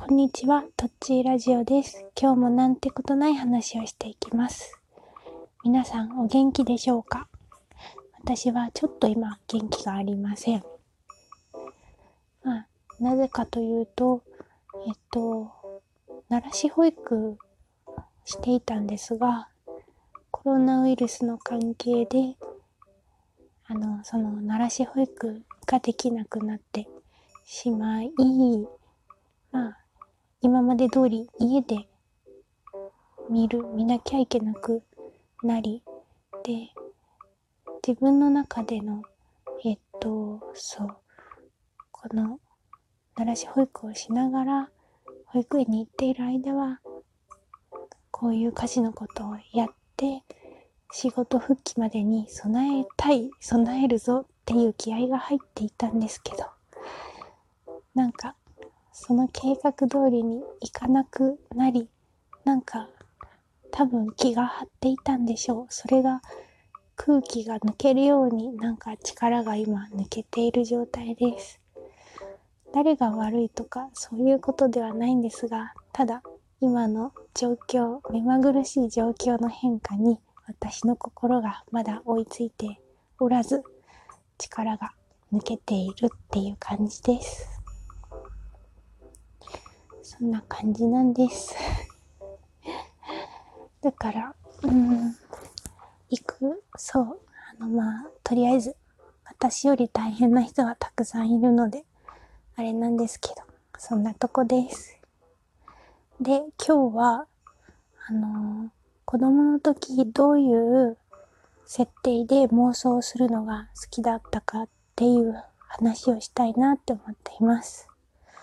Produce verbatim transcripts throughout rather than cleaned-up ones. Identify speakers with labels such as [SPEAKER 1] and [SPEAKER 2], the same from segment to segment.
[SPEAKER 1] こんにちは、トッチーラジオです。今日もなんてことない話をしていきます。皆さんお元気でしょうか？私はちょっと今元気がありません。まあ、なぜかというと、えっと、奈良市保育していたんですが、コロナウイルスの関係で、あの、その奈良市保育ができなくなってしまい、まあ、今まで通り家で見る、見なきゃいけなくなり、で、自分の中での、えっと、そう、この奈良市保育をしながら、保育園に行っている間は、こういう家事のことをやって、仕事復帰までに備えたい、備えるぞっていう気合が入っていたんですけど、なんか、その計画通りにいかなくなり、なんか、多分気が張っていたんでしょう。それが空気が抜けるようになんか力が今抜けている状態です。誰が悪いとかそういうことではないんですが、ただ今の状況、目まぐるしい状況の変化に私の心がまだ追いついておらず、力が抜けているっていう感じです。そんな感じなんです。だから、うーん、行く、そう、あのまあ、とりあえず、私より大変な人がたくさんいるので、あれなんですけど、そんなとこです。で、今日は、あのー、子供の時どういう設定で妄想するのが好きだったかっていう話をしたいなって思っています。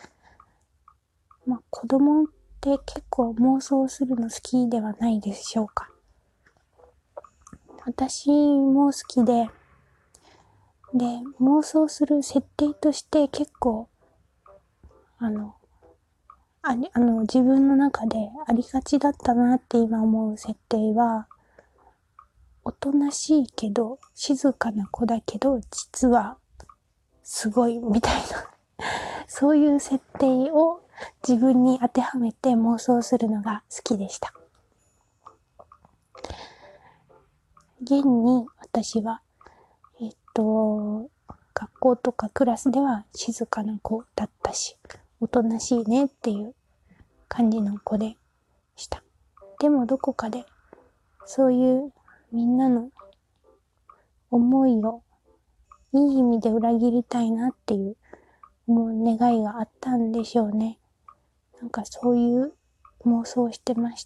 [SPEAKER 1] まあ、子供って結構妄想するの好きではないでしょうか。私も好きで、で、妄想する設定として結構、あの、あり、あの、自分の中でありがちだったなって今思う設定は、おとなしいけど、静かな子だけど、実は、すごい、みたいな。そういう設定を自分に当てはめて妄想するのが好きでした。現に私は、えっと、学校とかクラスでは静かな子だったし、おとなしいねっていう感じの子でした。でもどこかで、そういうみんなの思いをいい意味で裏切りたいなっていうもう願いがあったんでしょうね。なんかそういう妄想をしてました。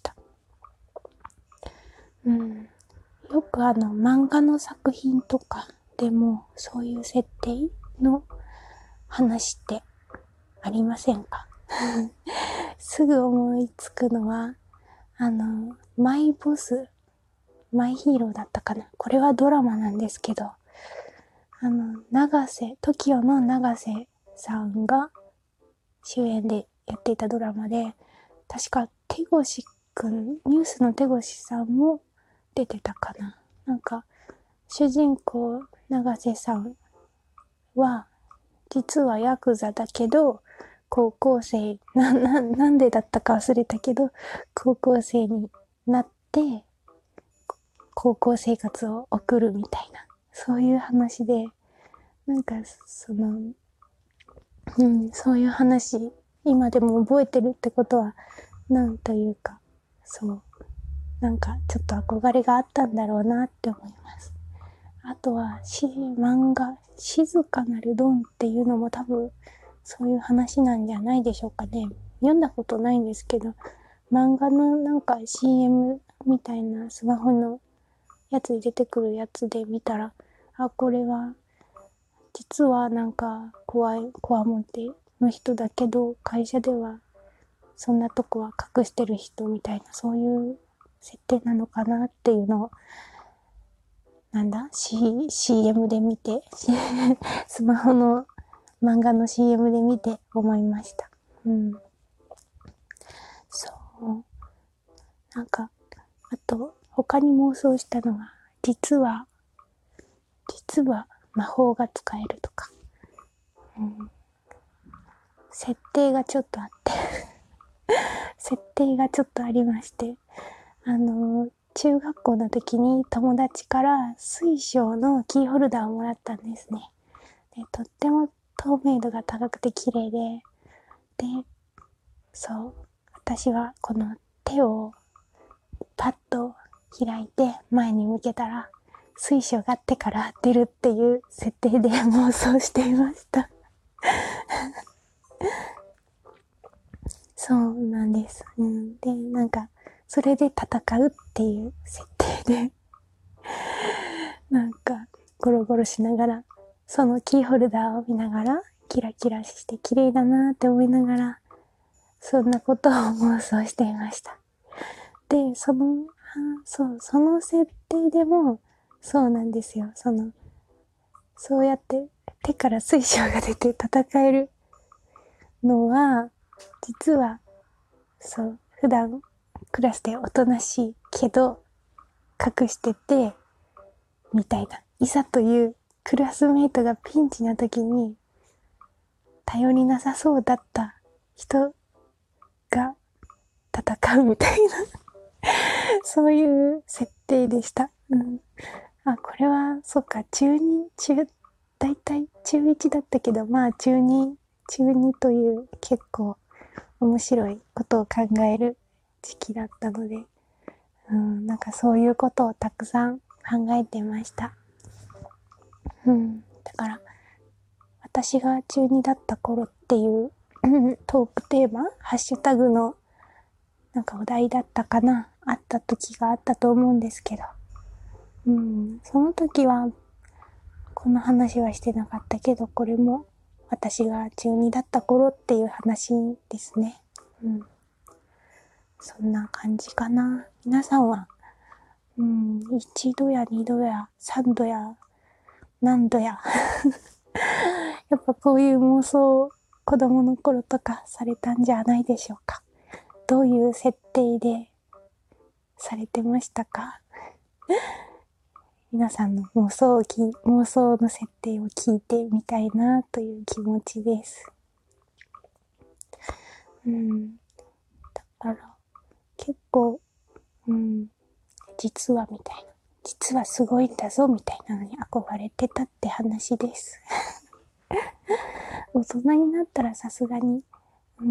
[SPEAKER 1] うん。よくあの漫画の作品とかでもそういう設定の話ってありませんか？すぐ思いつくのは、あの、マイボス、マイヒーローだったかな。これはドラマなんですけど、あの、長瀬、トキオの長瀬さんが主演でやっていたドラマで、確か手越くん、ニュースの手越さんも出てたかな。なんか、主人公長瀬さんは、実はヤクザだけど、高校生、な、な、なんでだったか忘れたけど、高校生になって、高校生活を送るみたいな、そういう話で、なんか、その、うん、そういう話、今でも覚えてるってことは、なんというか、そう、なんかちょっと憧れがあったんだろうなって思います。あとは、し、漫画、静かなるドンっていうのも多分、そういう話なんじゃないでしょうかね。読んだことないんですけど、漫画のなんか シーエム みたいなスマホのやつに出てくるやつで見たら、あ、これは、実はなんか怖い、怖もての人だけど、会社ではそんなとこは隠してる人みたいな、そういう設定なのかなっていうのを、なんだ、C、シーエム で見て、スマホの漫画の シーエム で見て思いました。うん。そう。なんか、あと、他に妄想したのが、実は、実は魔法が使えるとか。うん、設定がちょっとあって設定がちょっとありまして、あの、中学校の時に友達から水晶のキーホルダーをもらったんですね。で、とっても透明度が高くて綺麗で、で、そう、私はこの手をパッと開いて前に向けたら、水晶が手から出るっていう設定で妄想していました。そうなんです。うん、で、なんか、それで戦うっていう設定で、なんか、ゴロゴロしながら、そのキーホルダーを見ながら、キラキラして綺麗だなって思いながら、そんなことを妄想していました。で、その、そう、その設定でも、そうなんですよ。その、そうやって手から水晶が出て戦えるのは、実は、そう、普段クラスでおとなしいけど、隠してて、みたいな。いざというクラスメイトがピンチな時に、頼りなさそうだった人が戦うみたいなそういう設定でした。うん。あ、これは、そっか、中に、中、だいたい中いちだったけど、まあ中に、中にという結構面白いことを考える時期だったので、うん、なんかそういうことをたくさん考えてました。うん、だから、私が中にだった頃っていうトークテーマ、ハッシュタグのなんかお題だったかな、あった時があったと思うんですけど、うん、その時はこの話はしてなかったけど、これも私が中にだった頃っていう話ですね。うん、そんな感じかな。皆さんは、うん、一度や二度や三度や何度ややっぱこういう妄想を子供の頃とかされたんじゃないでしょうか。どういう設定でされてましたか？皆さんの妄想をき妄想の設定を聞いてみたいなという気持ちです。うん。だから結構、うん、実はみたいな。実はすごいんだぞみたいなのに憧れてたって話です。大人になったらさすがに、うん、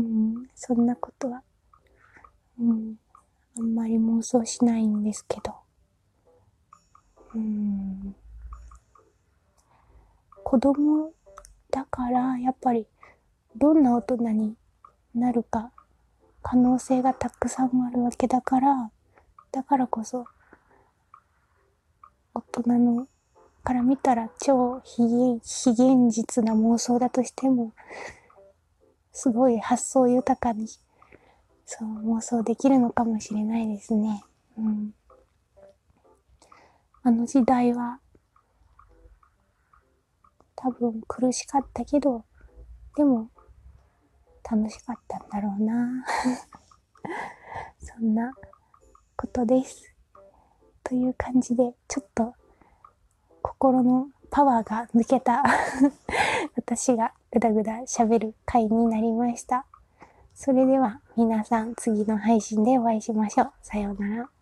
[SPEAKER 1] そんなことは、うん、あんまり妄想しないんですけど、うん、子供だからやっぱりどんな大人になるか可能性がたくさんあるわけだから、だからこそ大人のから見たら超非現実な妄想だとしても、すごい発想豊かにそう妄想できるのかもしれないですね。うん、あの時代は多分苦しかったけど、でも楽しかったんだろうな。そんなことです。という感じで、ちょっと心のパワーが抜けた私がぐだぐだ喋る回になりました。それでは皆さん次の配信でお会いしましょう。さようなら。